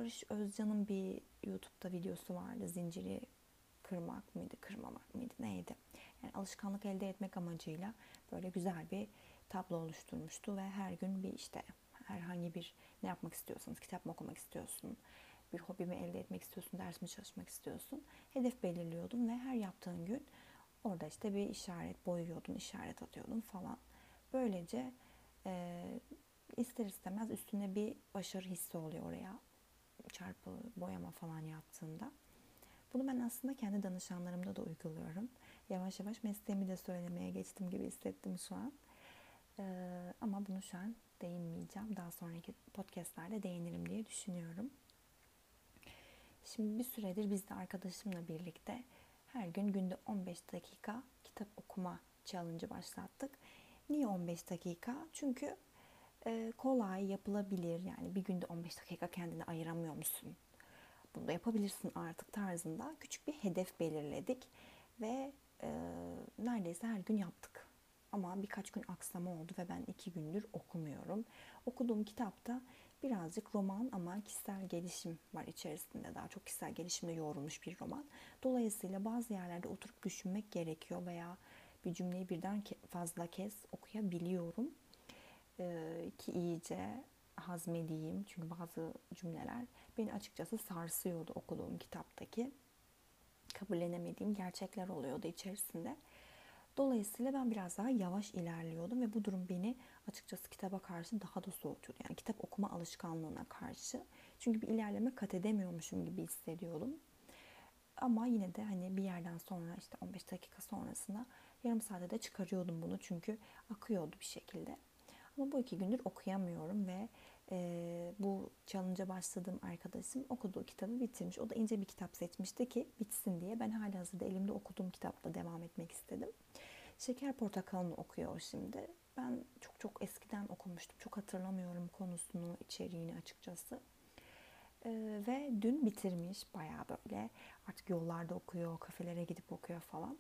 Barış Özcan'ın bir YouTube'da videosu vardı. Zinciri kırmak mıydı, kırmamak mıydı, neydi? Yani alışkanlık elde etmek amacıyla böyle güzel bir tablo oluşturmuştu ve her gün bir işte herhangi bir ne yapmak istiyorsanız, kitap mı okumak istiyorsun, bir hobi mi elde etmek istiyorsun, ders mi çalışmak istiyorsun, hedef belirliyordun ve her yaptığın gün orada işte bir işaret boyuyordun, işaret atıyordun falan. Böylece e, ister istemez üstüne bir başarı hissi oluyor oraya çarpı boyama falan yaptığında. Bunu ben aslında kendi danışanlarımda da uyguluyorum. Yavaş yavaş mesleğimi de söylemeye geçtim gibi hissettim şu an. Ama bunu şu an değinmeyeceğim. Daha sonraki podcastlerde değinirim diye düşünüyorum. Şimdi bir süredir biz de arkadaşımla birlikte her gün günde 15 dakika kitap okuma challenge'ı başlattık. Niye 15 dakika? Çünkü kolay yapılabilir. Yani bir günde 15 dakika kendine ayıramıyor musun? Bunu da yapabilirsin artık tarzında küçük bir hedef belirledik ve neredeyse her gün yaptık. Ama birkaç gün aksama oldu ve ben 2 gündür okumuyorum. Okuduğum kitapta birazcık roman ama kişisel gelişim var içerisinde. Daha çok kişisel gelişimle yoğrulmuş bir roman. Dolayısıyla bazı yerlerde oturup düşünmek gerekiyor veya bir cümleyi birden fazla kez okuyabiliyorum. Ki iyice hazmedeyim. Çünkü bazı cümleler beni açıkçası sarsıyordu okuduğum kitaptaki. Kabullenemediğim gerçekler oluyordu içerisinde. Dolayısıyla ben biraz daha yavaş ilerliyordum ve bu durum beni açıkçası kitaba karşı daha da soğutuyordu. Yani kitap okuma alışkanlığına karşı. Çünkü bir ilerleme kat edemiyormuşum gibi hissediyordum. Ama yine de hani bir yerden sonra işte 15 dakika sonrasında yarım saate de çıkarıyordum bunu. Çünkü akıyordu bir şekilde. Ama bu 2 gündür okuyamıyorum ve bu challenge'a başladığım arkadaşım okuduğu kitabı bitirmiş. O da ince bir kitap seçmişti ki bitsin diye. Ben halihazırda elimde okuduğum kitapla devam etmek istedim. Şeker Portakalı'nı okuyor şimdi. Ben çok çok eskiden okumuştum. Çok hatırlamıyorum konusunu, içeriğini açıkçası. Ve dün bitirmiş bayağı böyle. Artık yollarda okuyor, kafelere gidip okuyor falan.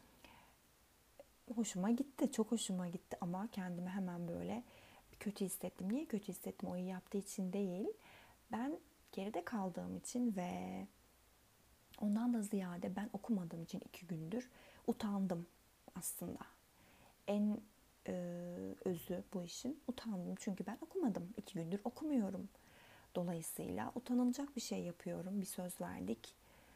Hoşuma gitti, çok hoşuma gitti ama kendimi hemen böyle bir kötü hissettim. Niye kötü hissettim? O iyi yaptığı için değil. Ben geride kaldığım için ve ondan da ziyade ben okumadığım için 2 gündür utandım aslında. En e, özü bu işin utandım. Çünkü ben okumadım. 2 gündür okumuyorum. Dolayısıyla utanılacak bir şey yapıyorum. Bir söz verdik.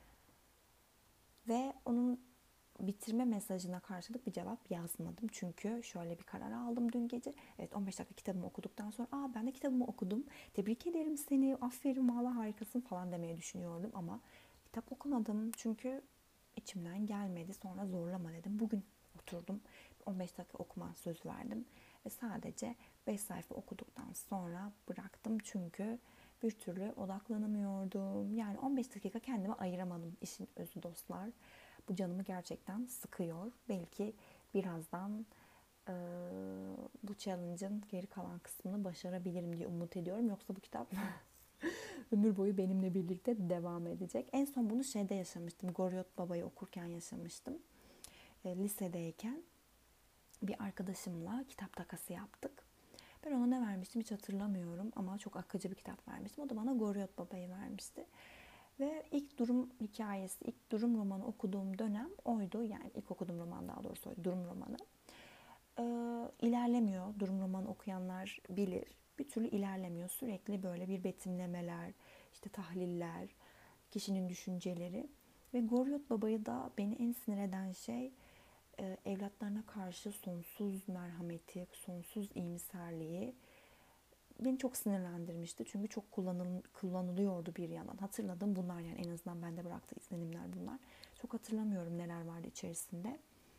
Ve onun bitirme mesajına karşılık bir cevap yazmadım. Çünkü şöyle bir karar aldım dün gece. Evet 15 dakika kitabımı okuduktan sonra ben de kitabımı okudum. Tebrik ederim seni, aferin valla harikasın falan demeye düşünüyordum. Ama kitap okumadım çünkü içimden gelmedi. Sonra zorlama dedim. Bugün oturdum 15 dakika okuma söz verdim. Ve sadece 5 sayfa okuduktan sonra bıraktım. Çünkü bir türlü odaklanamıyordum. Yani 15 dakika kendime ayıramadım işin özü dostlar. Bu canımı gerçekten sıkıyor. Belki birazdan e, bu challenge'ın geri kalan kısmını başarabilirim diye umut ediyorum. Yoksa bu kitap ömür boyu benimle birlikte devam edecek. En son bunu şeyde yaşamıştım. Goryot Baba'yı okurken yaşamıştım. Lisedeyken bir arkadaşımla kitap takası yaptık. Ben ona ne vermiştim hiç hatırlamıyorum ama çok akıcı bir kitap vermiştim. O da bana Goryot Baba'yı vermişti. Ve ilk durum hikayesi, ilk durum romanı okuduğum dönem oydu. Yani ilk okuduğum roman daha doğrusu oydu, durum romanı. İlerlemiyor. Durum romanı okuyanlar bilir. Bir türlü ilerlemiyor. Sürekli böyle bir betimlemeler, işte tahliller, kişinin düşünceleri. Ve Goryot Baba'yı da beni en sinir eden şey evlatlarına karşı sonsuz merhameti, sonsuz iyimserliği beni çok sinirlendirmişti. Çünkü çok kullanılıyordu bir yandan. Hatırladım bunlar yani en azından bende bıraktığı izlenimler bunlar. Çok hatırlamıyorum neler vardı içerisinde.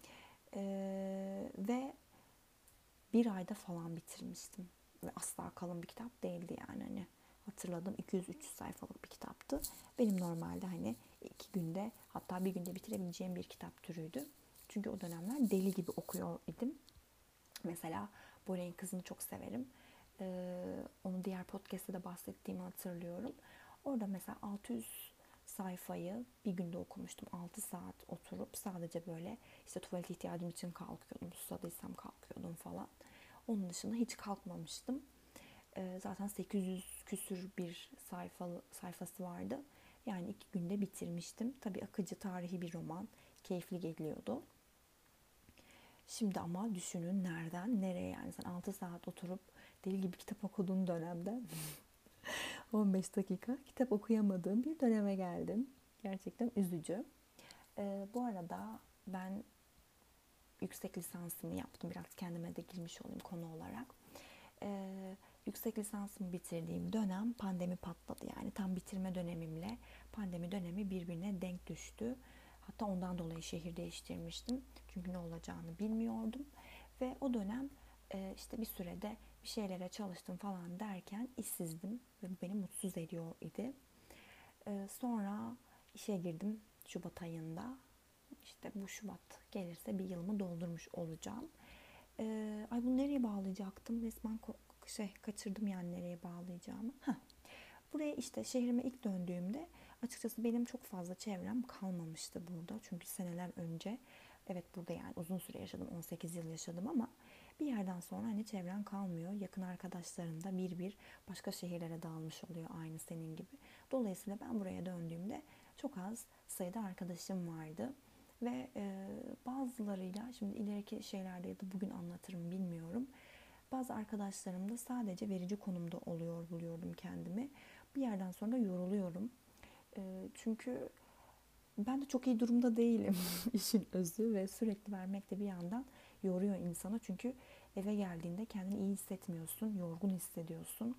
Ve bir ayda falan bitirmiştim. Ve asla kalın bir kitap değildi yani hani. Hatırladım 200-300 sayfalık bir kitaptı. Benim normalde hani 2 günde hatta bir günde bitirebileceğim bir kitap türüydü. Çünkü o dönemler deli gibi okuyor idim. Mesela Bora'nın Kızını çok severim. Onu diğer podcast'te de bahsettiğimi hatırlıyorum. Orada mesela 600 sayfayı bir günde okumuştum. 6 saat oturup sadece böyle işte tuvalet ihtiyacım için kalkıyordum. Susadıysam kalkıyordum falan. Onun dışında hiç kalkmamıştım. Zaten 800 küsür bir sayfası vardı. Yani 2 günde bitirmiştim. Tabii akıcı tarihi bir roman. Keyifli geliyordu. Şimdi ama düşünün nereden nereye, yani sen 6 saat oturup deli gibi kitap okuduğun dönemde 15 dakika kitap okuyamadığım bir döneme geldim. Gerçekten üzücü. Bu arada ben yüksek lisansımı yaptım. Biraz kendime de girmiş olayım konu olarak. Yüksek lisansımı bitirdiğim dönem pandemi patladı. Yani tam bitirme dönemimle pandemi dönemi birbirine denk düştü. Hatta ondan dolayı şehir değiştirmiştim. Çünkü ne olacağını bilmiyordum. Ve o dönem işte bir sürede bir şeylere çalıştım falan derken işsizdim. Ve bu beni mutsuz ediyor idi. Sonra işe girdim Şubat ayında. İşte bu Şubat gelirse bir yılımı doldurmuş olacağım. Ay bunu nereye bağlayacaktım? Resmen kaçırdım yani nereye bağlayacağımı. Buraya işte şehrime ilk döndüğümde açıkçası benim çok fazla çevrem kalmamıştı burada. Çünkü seneler önce evet burada yani uzun süre yaşadım. 18 yıl yaşadım ama bir yerden sonra hani çevren kalmıyor. Yakın arkadaşlarım da bir bir başka şehirlere dağılmış oluyor aynı senin gibi. Dolayısıyla ben buraya döndüğümde çok az sayıda arkadaşım vardı. Ve bazılarıyla şimdi ileriki şeylerde ya da bugün anlatırım bilmiyorum. Bazı arkadaşlarım da sadece verici konumda oluyor buluyordum kendimi. Bir yerden sonra yoruluyorum. Çünkü ben de çok iyi durumda değilim işin özü ve sürekli vermek de bir yandan yoruyor insanı. Çünkü eve geldiğinde kendini iyi hissetmiyorsun, yorgun hissediyorsun.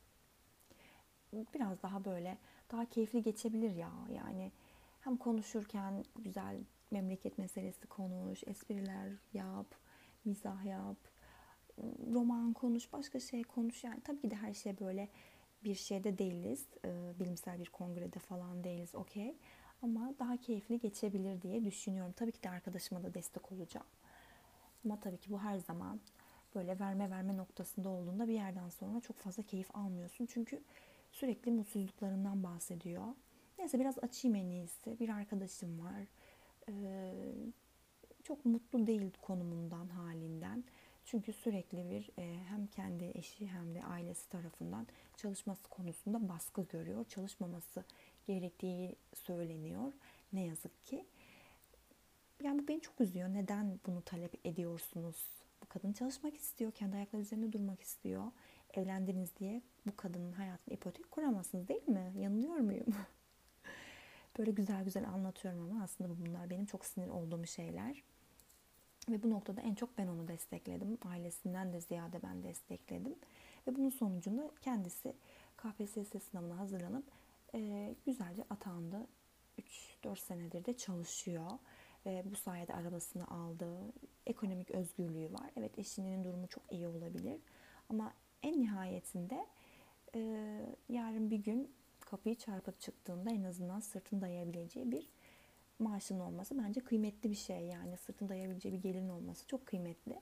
Biraz daha böyle daha keyifli geçebilir ya. Yani hem konuşurken güzel memleket meselesi konuş, espriler yap, mizah yap, roman konuş, başka şey konuş. Yani tabii ki de her şey böyle bir şeyde değiliz. Bilimsel bir kongrede falan değiliz, okey. Ama daha keyifli geçebilir diye düşünüyorum. Tabii ki de arkadaşıma da destek olacağım. Ama tabii ki bu her zaman böyle verme noktasında olduğunda bir yerden sonra çok fazla keyif almıyorsun. Çünkü sürekli mutsuzluklarından bahsediyor. Neyse biraz açayım en iyisi. Bir arkadaşım var. Ee, Çok mutlu değil konumundan, halinden. Çünkü sürekli bir hem kendi eşi hem de ailesi tarafından çalışması konusunda baskı görüyor. Çalışmaması gerektiği söyleniyor. Ne yazık ki. Yani bu beni çok üzüyor. Neden bunu talep ediyorsunuz? Bu kadın çalışmak istiyor, kendi ayakları üzerinde durmak istiyor. Evlendiniz diye bu kadının hayatını ipotek kuramazsınız değil mi? Yanılıyor muyum? Böyle güzel güzel anlatıyorum ama aslında bunlar benim çok sinir olduğum şeyler. Ve bu noktada en çok ben onu destekledim. Ailesinden de ziyade ben destekledim. Ve bunun sonucunda kendisi KPSS sınavına hazırlanıp güzelce atandı. 3-4 senedir de çalışıyor. Ve bu sayede arabasını aldı. Ekonomik özgürlüğü var. Evet eşinin durumu çok iyi olabilir. Ama en nihayetinde e, yarın bir gün kapıyı çarpıp çıktığında en azından sırtını dayayabileceği bir maaşının olması bence kıymetli bir şey. Yani sırtını dayayabileceği bir gelirin olması çok kıymetli.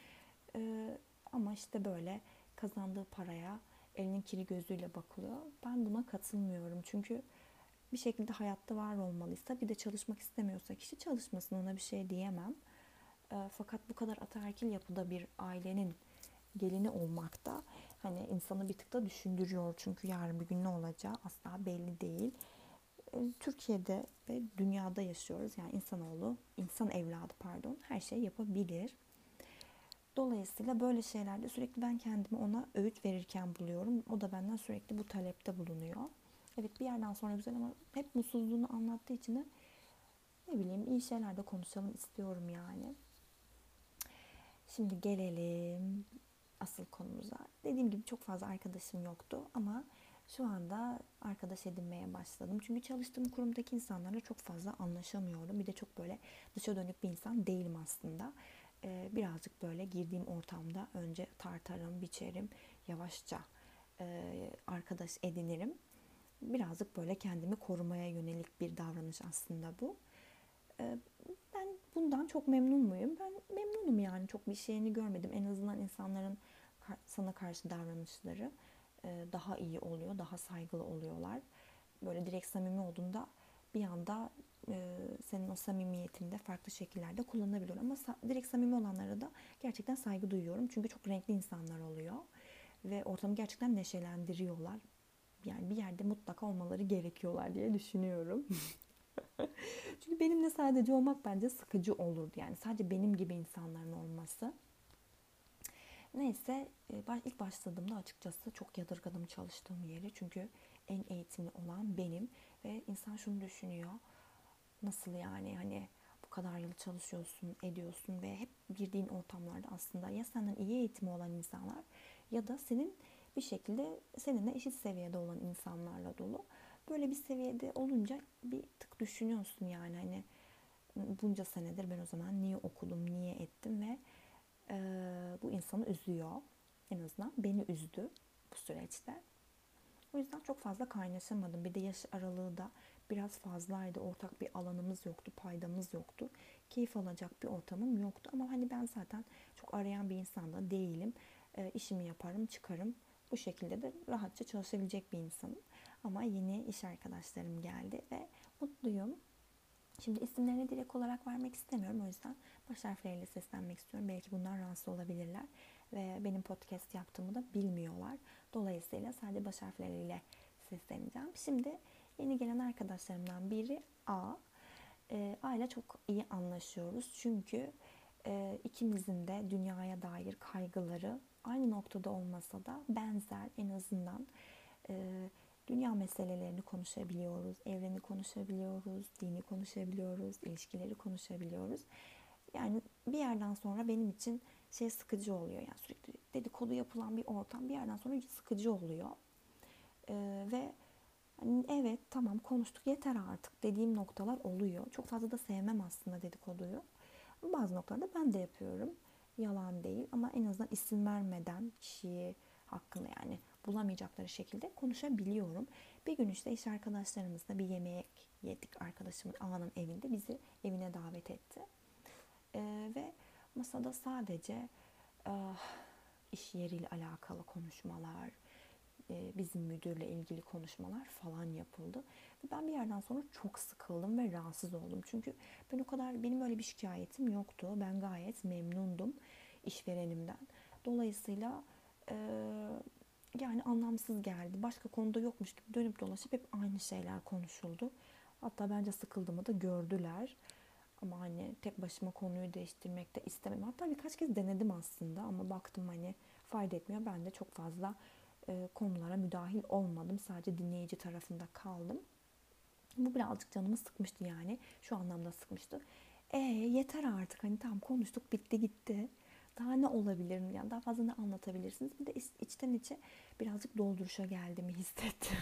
Ama işte böyle kazandığı paraya elinin kiri gözüyle bakılıyor. Ben buna katılmıyorum. Çünkü bir şekilde hayatta var olmalıysa bir de çalışmak istemiyorsa kişi çalışmasın, ona bir şey diyemem. Fakat bu kadar ataerkil yapıda bir ailenin gelini olmak da hani insanı bir tık da düşündürüyor. Çünkü yarın bir gün ne olacağı asla belli değil. Türkiye'de ve dünyada yaşıyoruz. Yani insanoğlu, insan evladı pardon, her şey yapabilir. Dolayısıyla böyle şeylerde sürekli ben kendimi ona öğüt verirken buluyorum. O da benden sürekli bu talepte bulunuyor. Evet bir yerden sonra güzel ama hep mutsuzluğunu anlattığı için de ne bileyim iyi şeyler de konuşalım istiyorum yani. Şimdi gelelim asıl konumuza. Dediğim gibi çok fazla arkadaşım yoktu ama şu anda arkadaş edinmeye başladım. Çünkü çalıştığım kurumdaki insanlarla çok fazla anlaşamıyorum. Bir de çok böyle dışa dönük bir insan değilim aslında. Birazcık böyle girdiğim ortamda önce tartarım, biçerim, yavaşça arkadaş edinirim. Birazcık böyle kendimi korumaya yönelik bir davranış aslında bu. Ee, Ben bundan çok memnun muyum? Ben memnunum yani çok bir şeyini görmedim. En azından insanların sana karşı davranışları daha iyi oluyor, daha saygılı oluyorlar. Böyle direkt samimi olduğunda bir anda senin o samimiyetini de farklı şekillerde kullanabiliyor. Ama direkt samimi olanlara da gerçekten saygı duyuyorum. Çünkü çok renkli insanlar oluyor. ve ortamı gerçekten neşelendiriyorlar. Yani bir yerde mutlaka olmaları gerekiyorlar diye düşünüyorum. Çünkü benimle sadece olmak bence sıkıcı olurdu. Yani sadece benim gibi insanların olması. Neyse ilk başladığımda açıkçası çok yadırgadım çalıştığım yeri. Çünkü en eğitimli olan benim. Ve insan şunu düşünüyor. Nasıl yani hani bu kadar yıl çalışıyorsun, ediyorsun ve hep girdiğin ortamlarda aslında ya senden iyi eğitimi olan insanlar ya da senin bir şekilde seninle eşit seviyede olan insanlarla dolu. Böyle bir seviyede olunca bir tık düşünüyorsun yani hani bunca senedir ben o zaman niye okudum, niye ettim ve bu insanı üzüyor. En azından beni üzdü bu süreçte. O yüzden çok fazla kaynaşamadım. Bir de yaş aralığı da biraz fazlaydı. Ortak bir alanımız yoktu, paydamız yoktu. Keyif alacak bir ortamım yoktu. Ama hani ben zaten çok arayan bir insan da değilim. İşimi yaparım, çıkarım. Bu şekilde de rahatça çalışabilecek bir insanım. Ama yeni iş arkadaşlarım geldi ve mutluyum. Şimdi isimlerini direkt olarak vermek istemiyorum. O yüzden baş harfleriyle seslenmek istiyorum. Belki bundan rahatsız olabilirler. Ve benim podcast yaptığımı da bilmiyorlar. Dolayısıyla sadece baş harfleriyle sesleneceğim. Şimdi yeni gelen arkadaşlarımdan biri A. A ile çok iyi anlaşıyoruz. Çünkü ikimizin de dünyaya dair kaygıları aynı noktada olmasa da benzer en azından. Dünya meselelerini konuşabiliyoruz, evreni konuşabiliyoruz, dini konuşabiliyoruz, ilişkileri konuşabiliyoruz. Yani bir yerden sonra benim için sıkıcı oluyor. Yani sürekli dedikodu yapılan bir ortam bir yerden sonra sıkıcı oluyor. Ve hani evet tamam konuştuk yeter artık dediğim noktalar oluyor. Çok fazla da sevmem aslında dedikoduyu. Bazı noktalarda ben de yapıyorum. Yalan değil ama en azından isim vermeden kişiyi hakkında yani bulamayacakları şekilde konuşabiliyorum. Bir gün işte iş arkadaşlarımızla bir yemek yedik. Arkadaşımın A'nın evinde bizi evine davet etti. Ve masada sadece iş yeriyle alakalı konuşmalar, bizim müdürle ilgili konuşmalar falan yapıldı. Ve ben bir yerden sonra çok sıkıldım ve rahatsız oldum. Çünkü ben o kadar benim öyle bir şikayetim yoktu. Ben gayet memnundum işverenimden. Dolayısıyla e, yani anlamsız geldi. Başka konuda yokmuş gibi dönüp dolaşıp hep aynı şeyler konuşuldu. Hatta bence sıkıldığımı da gördüler. Ama hani tek başıma konuyu değiştirmek de istemem. Hatta birkaç kez denedim aslında ama baktım hani fayda etmiyor. Ben de çok fazla konulara müdahil olmadım. Sadece dinleyici tarafında kaldım. Bu birazcık canımı sıkmıştı yani. Şu anlamda sıkmıştı. Yeter artık hani tamam konuştuk bitti gitti. Daha ne olabilir yani daha fazla ne anlatabilirsiniz? Bir de içten içe birazcık dolduruşa geldiğimi hissettim.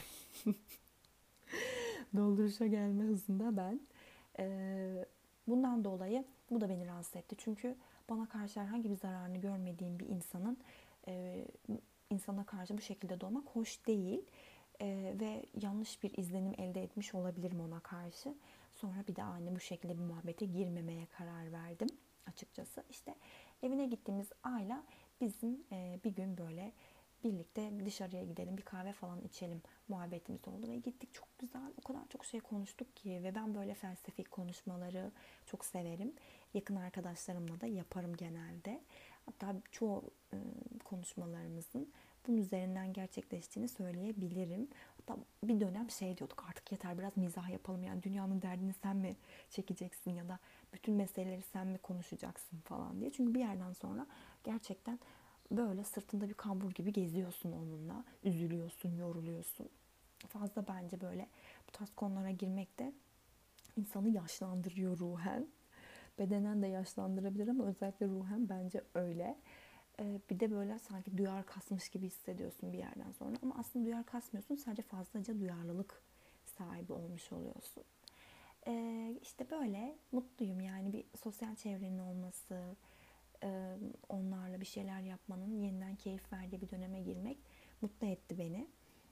Dolduruşa gelme hızında ben. Bundan dolayı bu da beni rahatsız etti. Çünkü bana karşı herhangi bir zararını görmediğim bir insanın e, insana karşı bu şekilde doğmak hoş değil. Ve yanlış bir izlenim elde etmiş olabilirim ona karşı. Sonra bir daha anne bu şekilde bir muhabbete girmemeye karar verdim açıkçası. İşte evine gittiğimiz Ayla bizim bir gün böyle birlikte dışarıya gidelim bir kahve falan içelim muhabbetimiz oldu ve gittik çok güzel o kadar çok şey konuştuk ki ve ben böyle felsefik konuşmaları çok severim. Yakın arkadaşlarımla da yaparım genelde. Hatta çoğu konuşmalarımızın bunun üzerinden gerçekleştiğini söyleyebilirim. Hatta bir dönem şey diyorduk artık yeter biraz mizah yapalım yani dünyanın derdini sen mi çekeceksin ya da bütün meseleleri sen mi konuşacaksın falan diye. Çünkü bir yerden sonra gerçekten böyle sırtında bir kambur gibi geziyorsun onunla. Üzülüyorsun, yoruluyorsun. Fazla bence böyle bu tarz konulara girmek de insanı yaşlandırıyor ruhen. Bedenen de yaşlandırabilir ama özellikle ruhen bence öyle. Bir de böyle sanki duyar kasmış gibi hissediyorsun bir yerden sonra. Ama aslında duyar kasmıyorsun. Sadece fazlaca duyarlılık sahibi olmuş oluyorsun. İşte böyle mutluyum yani bir sosyal çevrenin olması, onlarla bir şeyler yapmanın yeniden keyif verdiği bir döneme girmek mutlu etti beni.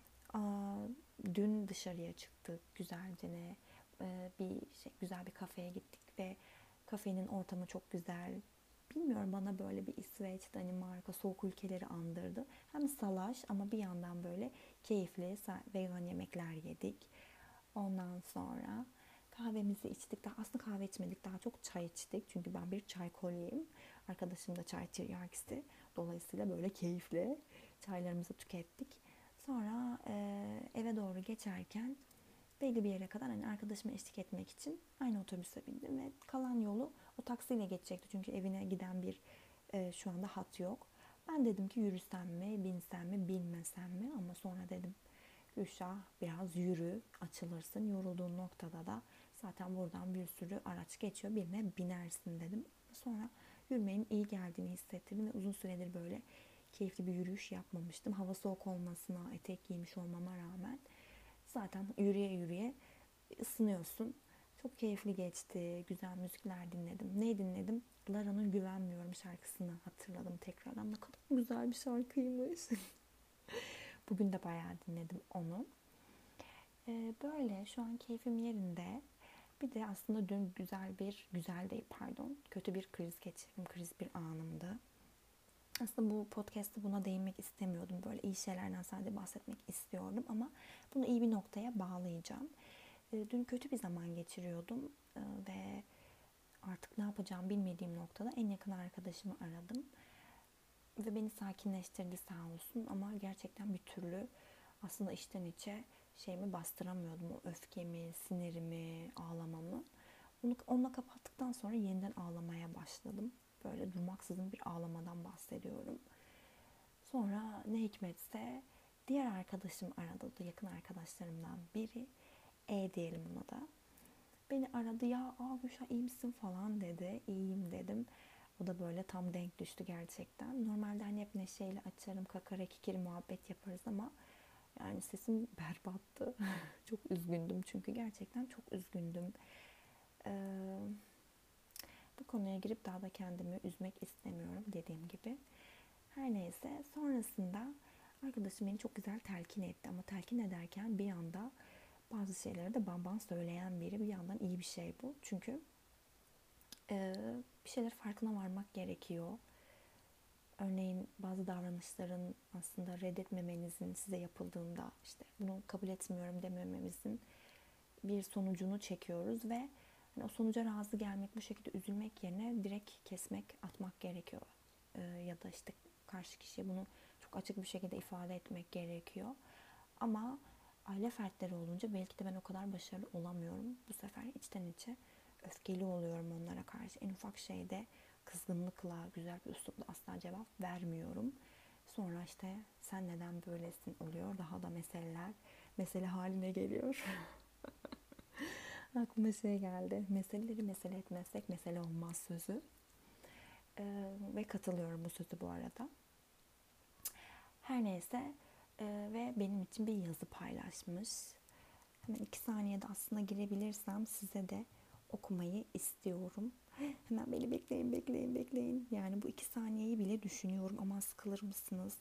Dün dışarıya çıktık güzelce ne güzel bir kafeye gittik ve kafenin ortamı çok güzel. Bilmiyorum bana böyle bir İsveç, Danimarka, soğuk ülkeleri andırdı. Hem salaş ama bir yandan böyle keyifli vegan yemekler yedik. Ondan sonra kahvemizi içtik. Daha aslında kahve içmedik. Daha çok çay içtik. Çünkü ben bir çay kolyeyim. Arkadaşım da çay tiryakisi. Dolayısıyla böyle keyifle çaylarımızı tükettik. Sonra eve doğru geçerken belli bir yere kadar hani arkadaşıma eşlik etmek için aynı otobüse bindim ve kalan yolu o taksiyle geçecekti. Çünkü evine giden bir şu anda hat yok. Ben dedim ki yürüsem mi, binsem mi, binmesem mi? Ama sonra dedim Gülşah biraz yürü, açılırsın. Yorulduğun noktada da zaten buradan bir sürü araç geçiyor. Birine binersin dedim. Sonra yürümenin iyi geldiğini hissettirdim ve uzun süredir böyle keyifli bir yürüyüş yapmamıştım. Hava soğuk olmasına, etek giymiş olmama rağmen zaten yürüye yürüye ısınıyorsun. Çok keyifli geçti. Güzel müzikler dinledim. Ne dinledim? Lara'nın Güvenmiyorum şarkısını hatırladım tekrardan. Ne kadar güzel bir şarkıymış. Bugün de bayağı dinledim onu. Böyle şu an keyfim yerinde. Bir de aslında dün güzel değil pardon, kötü bir kriz geçirdim. Kriz bir anımdı. Aslında bu podcast'te buna değinmek istemiyordum. Böyle iyi şeylerden sadece bahsetmek istiyordum ama bunu iyi bir noktaya bağlayacağım. Dün kötü bir zaman geçiriyordum ve artık ne yapacağımı bilmediğim noktada en yakın arkadaşımı aradım. Ve beni sakinleştirdi sağ olsun ama gerçekten bir türlü aslında içten içe şeyimi bastıramıyordum. O öfkemi, sinirimi, ağlamamı. Onunla kapattıktan sonra yeniden ağlamaya başladım. Böyle durmaksızın bir ağlamadan bahsediyorum. Sonra ne hikmetse diğer arkadaşım aradı. O da yakın arkadaşlarımdan biri. Diyelim ona da. Beni aradı, ya Gülşah iyi misin falan dedi. İyiyim dedim. O da böyle tam denk düştü gerçekten. Normalde hani hep neşeyle açarım, kakara kikiri muhabbet yaparız ama yani sesim berbattı. Çok üzgündüm çünkü gerçekten çok üzgündüm. Ee, Bu konuya girip daha da kendimi üzmek istemiyorum dediğim gibi. Her neyse sonrasında arkadaşım beni çok güzel telkin etti ama telkin ederken bir anda bazı şeyleri de bamban söyleyen biri, bir yandan iyi bir şey bu. Çünkü bir şeyler farkına varmak gerekiyor. Örneğin bazı davranışların aslında reddetmemenizin size yapıldığında işte bunu kabul etmiyorum demememizin bir sonucunu çekiyoruz ve hani o sonuca razı gelmek, bu şekilde üzülmek yerine direkt kesmek, atmak gerekiyor. Ya da işte karşı kişiye bunu çok açık bir şekilde ifade etmek gerekiyor. Ama aile fertleri olunca belki de ben o kadar başarılı olamıyorum. Bu sefer içten içe öfkeli oluyorum onlara karşı. En ufak şeyde kızgınlıkla, güzel bir üslupla asla cevap vermiyorum. Sonra işte sen neden böylesin oluyor. Daha da mesele haline geliyor. Aklıma şey geldi. Meseleleri mesele etmezsek mesele olmaz sözü. Ve katılıyorum bu sözü bu arada. Her neyse ve benim için bir yazı paylaşmış. Hemen 2 saniyede aslında girebilirsem size de okumayı istiyorum. Hemen beni bekleyin. Yani bu 2 saniyeyi bile düşünüyorum. Aman sıkılır mısınız?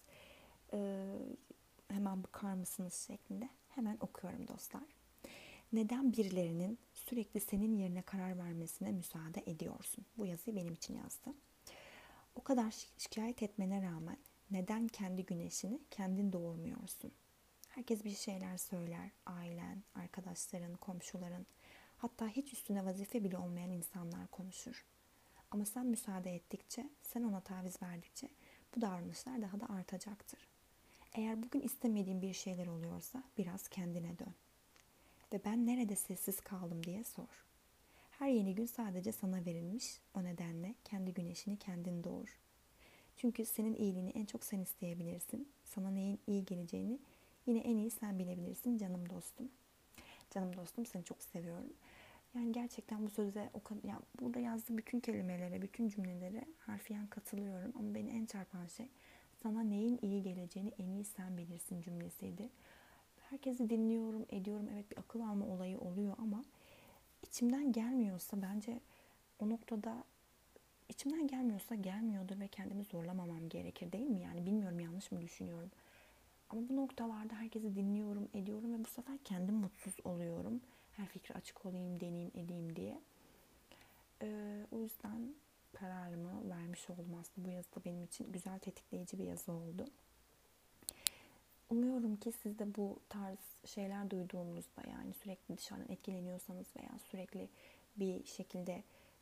Hemen bakar mısınız şeklinde. Hemen okuyorum dostlar. Neden birilerinin sürekli senin yerine karar vermesine müsaade ediyorsun? Bu yazıyı benim için yazdı. O kadar şikayet etmene rağmen neden kendi güneşini kendin doğurmuyorsun? Herkes bir şeyler söyler. Ailen, arkadaşların, komşuların, hatta hiç üstüne vazife bile olmayan insanlar konuşur. Ama sen müsaade ettikçe, sen ona taviz verdikçe bu davranışlar daha da artacaktır. Eğer bugün istemediğin bir şeyler oluyorsa biraz kendine dön. Ve ben nerede sessiz kaldım diye sor. Her yeni gün sadece sana verilmiş, o nedenle kendi güneşini kendin doğur. Çünkü senin iyiliğini en çok sen isteyebilirsin. Sana neyin iyi geleceğini yine en iyi sen bilebilirsin canım dostum. Canım dostum, seni çok seviyorum. Yani gerçekten bu söze o kadar, yani burada yazdığı bütün kelimelere, bütün cümlelere harfiyen katılıyorum. Ama beni en çarpan şey sana neyin iyi geleceğini en iyi sen bilirsin cümlesiydi. Herkesi dinliyorum, ediyorum. Evet, bir akıl alma olayı oluyor ama içimden gelmiyorsa bence o noktada içimden gelmiyorsa gelmiyordur ve kendimi zorlamamam gerekir değil mi? Yani bilmiyorum, yanlış mı düşünüyorum. Ama bu noktalarda herkesi dinliyorum, ediyorum ve bu sefer kendim mutsuz oluyorum. Her fikre açık olayım, deneyeyim, edeyim diye. O yüzden kararımı vermiş oldum aslında. Bu yazı da benim için güzel, tetikleyici bir yazı oldu. Umuyorum ki siz de bu tarz şeyler duyduğunuzda, yani sürekli dışarıdan etkileniyorsanız veya sürekli bir şekilde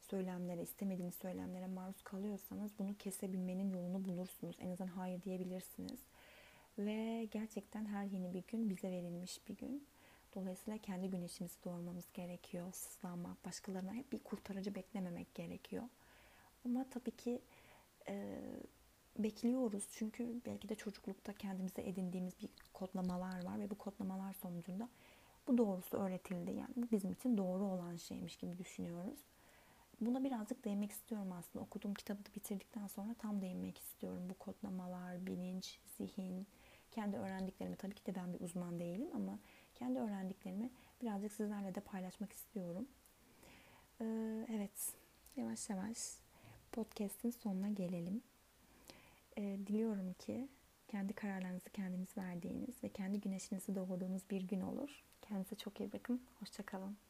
söylemlere, istemediğiniz söylemlere maruz kalıyorsanız bunu kesebilmenin yolunu bulursunuz. En azından hayır diyebilirsiniz. Ve gerçekten her yeni bir gün bize verilmiş bir gün. Dolayısıyla kendi güneşimizi doğurmamız gerekiyor. Sızlanmak, başkalarına hep bir kurtarıcı beklememek gerekiyor. Ama tabii ki e, bekliyoruz. Çünkü belki de çocuklukta kendimize edindiğimiz bir kodlamalar var ve bu kodlamalar sonucunda bu doğrusu öğretildi. Yani bu bizim için doğru olan şeymiş gibi düşünüyoruz. Buna birazcık değinmek istiyorum aslında. Okuduğum kitabı da bitirdikten sonra tam değinmek istiyorum. Bu kodlamalar, bilinç, zihin, kendi öğrendiklerimi, tabii ki de ben bir uzman değilim ama kendi öğrendiklerimi birazcık sizlerle de paylaşmak istiyorum. Evet, yavaş yavaş podcast'in sonuna gelelim. Diliyorum ki kendi kararlarınızı kendiniz verdiğiniz ve kendi güneşinizi doğurduğunuz bir gün olur. Kendinize çok iyi bakın. Hoşça kalın.